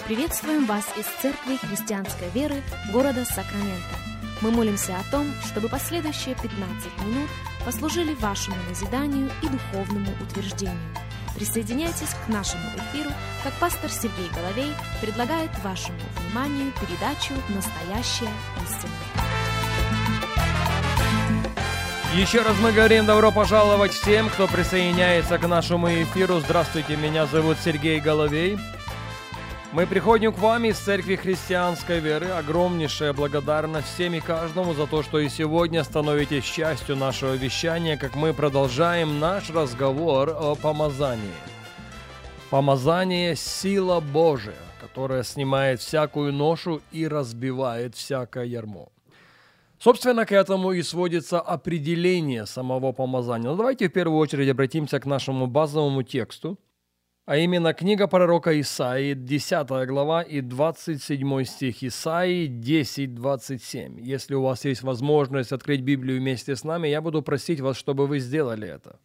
Приветствуем вас из Церкви Христианской Веры города Сакраменто. Мы молимся о том, чтобы последующие 15 минут послужили вашему назиданию и духовному утверждению. Присоединяйтесь к нашему эфиру, как пастор Сергей Головей предлагает вашему вниманию передачу «Настоящая истина». Еще раз мы говорим добро пожаловать всем, кто присоединяется к нашему эфиру. Здравствуйте, меня зовут Сергей Головей. Мы приходим к вам из Церкви Христианской Веры. Огромнейшая благодарность всем и каждому за то, что и сегодня становитесь частью нашего вещания, как мы продолжаем наш разговор о помазании. Помазание – сила Божия, которая снимает всякую ношу и разбивает всякое ярмо. Собственно, к этому и сводится определение самого помазания. Но давайте в первую очередь обратимся к нашему базовому тексту, а именно книга пророка Исаии, 10 глава и 27 стих. Исаии 10:27. Если у вас есть возможность открыть Библию вместе с нами, я буду просить вас, чтобы вы сделали это.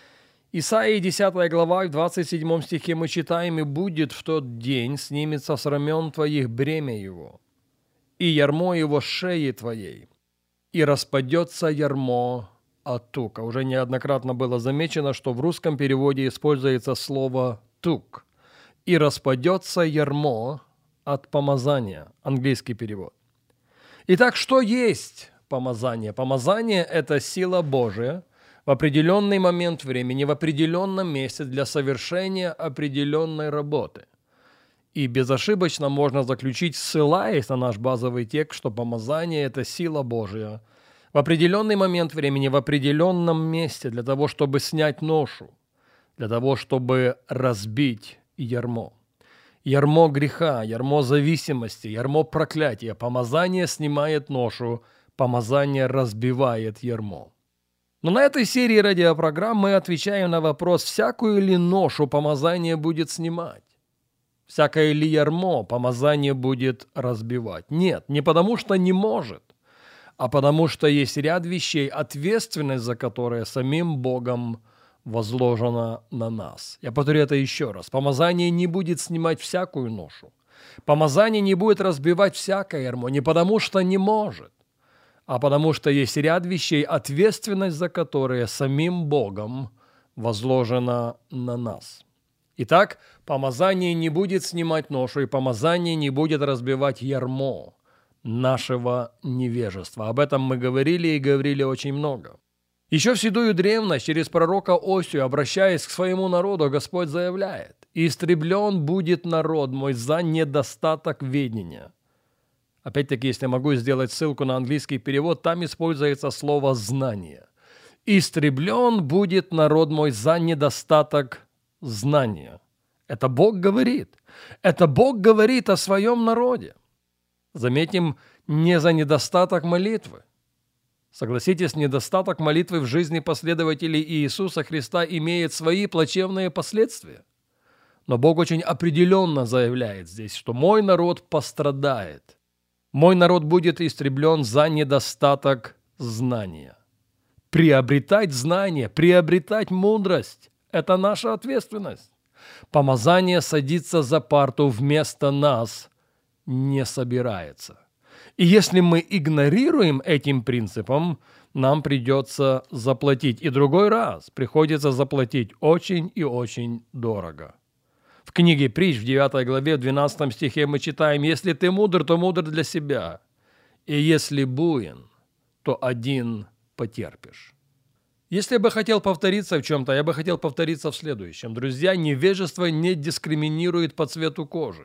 Исаии 10 глава, в 27 стихе мы читаем: «И будет в тот день, снимется с рамен твоих бремя его, и ярмо его с шеи твоей, и распадется ярмо от тука». Уже неоднократно было замечено, что в русском переводе используется слово «тук». «И распадется ярмо от помазания». Английский перевод. Итак, что есть помазание? Помазание – это сила Божия в определенный момент времени, в определенном месте для совершения определенной работы. И безошибочно можно заключить, ссылаясь на наш базовый текст, что помазание – это сила Божия в определенный момент времени, в определенном месте для того, чтобы снять ношу, для того, чтобы разбить ярмо. Ярмо греха, ярмо зависимости, ярмо проклятия. Помазание снимает ношу, помазание разбивает ярмо. Но на этой серии радиопрограмм мы отвечаем на вопрос, всякую ли ношу помазание будет снимать. Всякое ли ярмо помазание будет разбивать? Нет, не потому что не может, а потому что есть ряд вещей, ответственность за которые самим Богом возложена на нас. Я повторю это еще раз. Помазание не будет снимать всякую ношу. Помазание не будет разбивать всякое ярмо, не потому что не может, а потому что есть ряд вещей, ответственность за которые самим Богом возложена на нас. Итак, помазание не будет снимать ношу, и помазание не будет разбивать ярмо нашего невежества. Об этом мы говорили и говорили очень много. Еще в седую древность через пророка Осию, обращаясь к своему народу, Господь заявляет: «Истреблен будет народ мой за недостаток ведения». Опять-таки, если могу сделать ссылку на английский перевод, там используется слово «знание». «Истреблен будет народ мой за недостаток знания». Это Бог говорит. Это Бог говорит о своем народе. Заметим, не за недостаток молитвы. Согласитесь, недостаток молитвы в жизни последователей Иисуса Христа имеет свои плачевные последствия. Но Бог очень определенно заявляет здесь, что мой народ пострадает. Мой народ будет истреблен за недостаток знания. Приобретать знание, приобретать мудрость – это наша ответственность. Помазание садится за парту вместо нас не собирается. И если мы игнорируем этим принципом, нам придется заплатить. И другой раз приходится заплатить очень и очень дорого. В книге Притч в 9 главе, в 12 стихе мы читаем: «Если ты мудр, то мудр для себя, и если буин, то один потерпишь». Если я бы хотел повториться в чем-то, я бы хотел повториться в следующем. Друзья, невежество не дискриминирует по цвету кожи.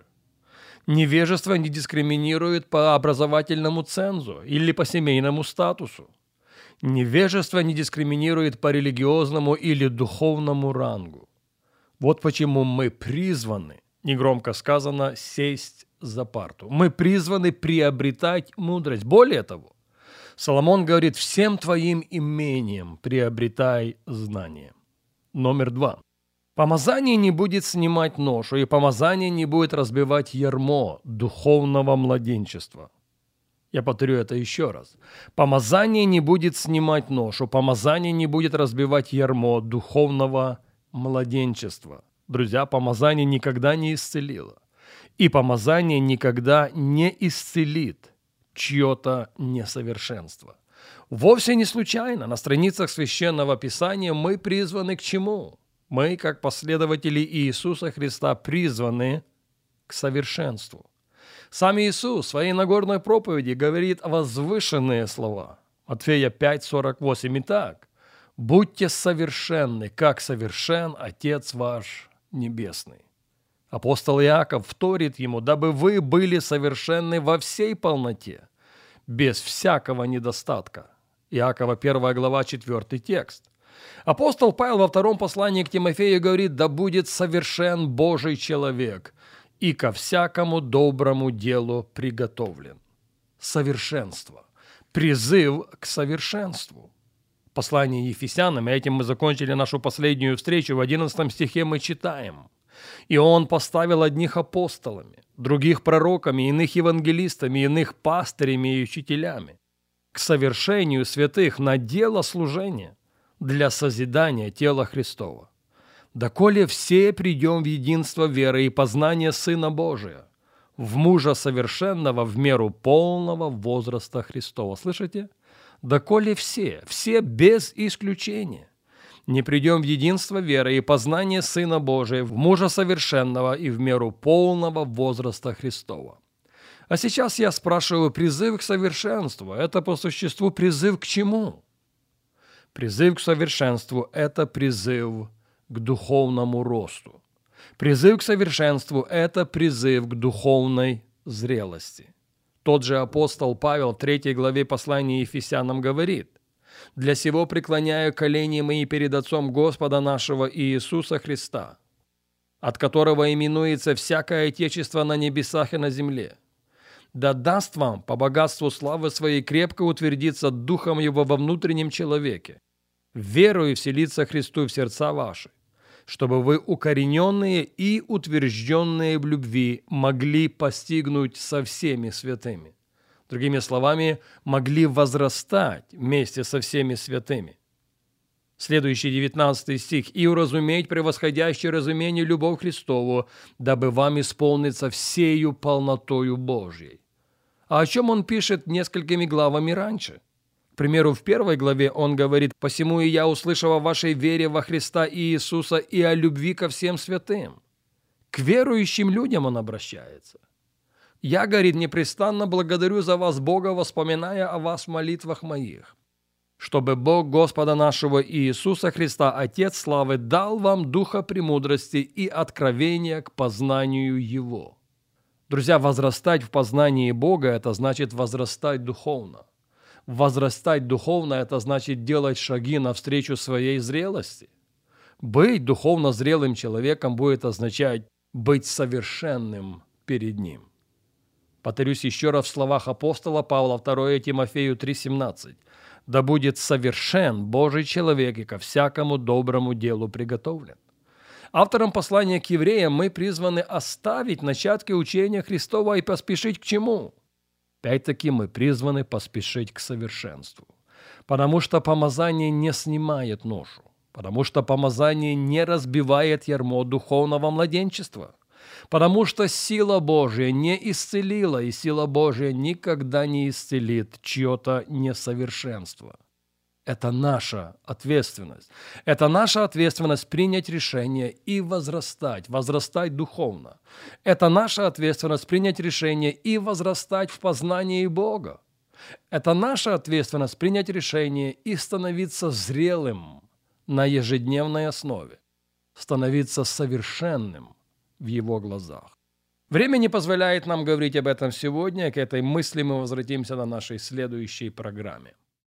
Невежество не дискриминирует по образовательному цензу или по семейному статусу. Невежество не дискриминирует по религиозному или духовному рангу. Вот почему мы призваны, негромко сказано, сесть за парту. Мы призваны приобретать мудрость. Более того, Соломон говорит: «Всем твоим имением приобретай знание». Номер 2. Помазание не будет снимать ношу, и помазание не будет разбивать ярмо духовного младенчества. Я повторю это еще раз. Помазание не будет снимать ношу, помазание не будет разбивать ярмо духовного младенчества. Друзья, помазание никогда не исцелило. И помазание никогда не исцелит чье-то несовершенство. Вовсе не случайно на страницах Священного Писания мы призваны к чему? Мы, как последователи Иисуса Христа, призваны к совершенству. Сам Иисус в своей Нагорной проповеди говорит возвышенные слова. Матфея 5:48. Итак, будьте совершенны, как совершен Отец ваш Небесный. Апостол Иаков вторит ему, дабы вы были совершенны во всей полноте, без всякого недостатка. Иакова 1 глава 4 текст. Апостол Павел во втором послании к Тимофею говорит, да будет совершен Божий человек и ко всякому доброму делу приготовлен. Совершенство. Призыв к совершенству. Послание Ефесянам, и этим мы закончили нашу последнюю встречу, в 11 стихе мы читаем. «И Он поставил одних апостолами, других пророками, иных евангелистами, иных пастырями и учителями, к совершению святых на дело служения, для созидания тела Христова. Доколе все придем в единство веры и познания Сына Божия, в мужа совершенного в меру полного возраста Христова». Слышите? Доколе все без исключения, не придем в единство веры и познание Сына Божия, в мужа совершенного и в меру полного возраста Христова. А сейчас я спрашиваю, призыв к совершенству – это по существу призыв к чему? Призыв к совершенству – это призыв к духовному росту. Призыв к совершенству – это призыв к духовной зрелости. Тот же апостол Павел в 3 главе послания Ефесянам говорит: «Для сего преклоняю колени мои перед Отцом Господа нашего Иисуса Христа, от которого именуется всякое отечество на небесах и на земле. Да даст вам по богатству славы своей крепко утвердиться духом его во внутреннем человеке, верою вселиться Христу в сердца ваши, чтобы вы, укорененные и утвержденные в любви, могли постигнуть со всеми святыми». Другими словами, могли возрастать вместе со всеми святыми. Следующий 19 стих. «И уразуметь превосходящее разумение любовь Христову, дабы вам исполниться всею полнотою Божьей». А о чем он пишет несколькими главами раньше? К примеру, в 1 главе он говорит: «Посему и я, услышав о вашей вере во Христа Иисуса и о любви ко всем святым». К верующим людям он обращается. «Я, говорит, непрестанно благодарю за вас Бога, воспоминая о вас в молитвах моих, чтобы Бог Господа нашего Иисуса Христа, Отец славы, дал вам духа премудрости и откровения к познанию Его». Друзья, возрастать в познании Бога – это значит возрастать духовно. Возрастать духовно – это значит делать шаги навстречу своей зрелости. Быть духовно зрелым человеком будет означать быть совершенным перед Ним. Повторюсь еще раз в словах апостола Павла, 2 Тимофею 3:17. «Да будет совершен Божий человек и ко всякому доброму делу приготовлен». Автором послания к евреям мы призваны оставить начатки учения Христова и поспешить к чему? Опять-таки мы призваны поспешить к совершенству. Потому что помазание не снимает ношу. Потому что помазание не разбивает ярмо духовного младенчества. Потому что сила Божия не исцелила, и сила Божия никогда не исцелит чье-то несовершенство. Это наша ответственность. Это наша ответственность принять решение и возрастать духовно. Это наша ответственность принять решение и возрастать в познании Бога. Это наша ответственность принять решение и становиться зрелым на ежедневной основе, становиться совершенным в Его глазах. Время не позволяет нам говорить об этом сегодня, к этой мысли мы возвратимся на нашей следующей программе.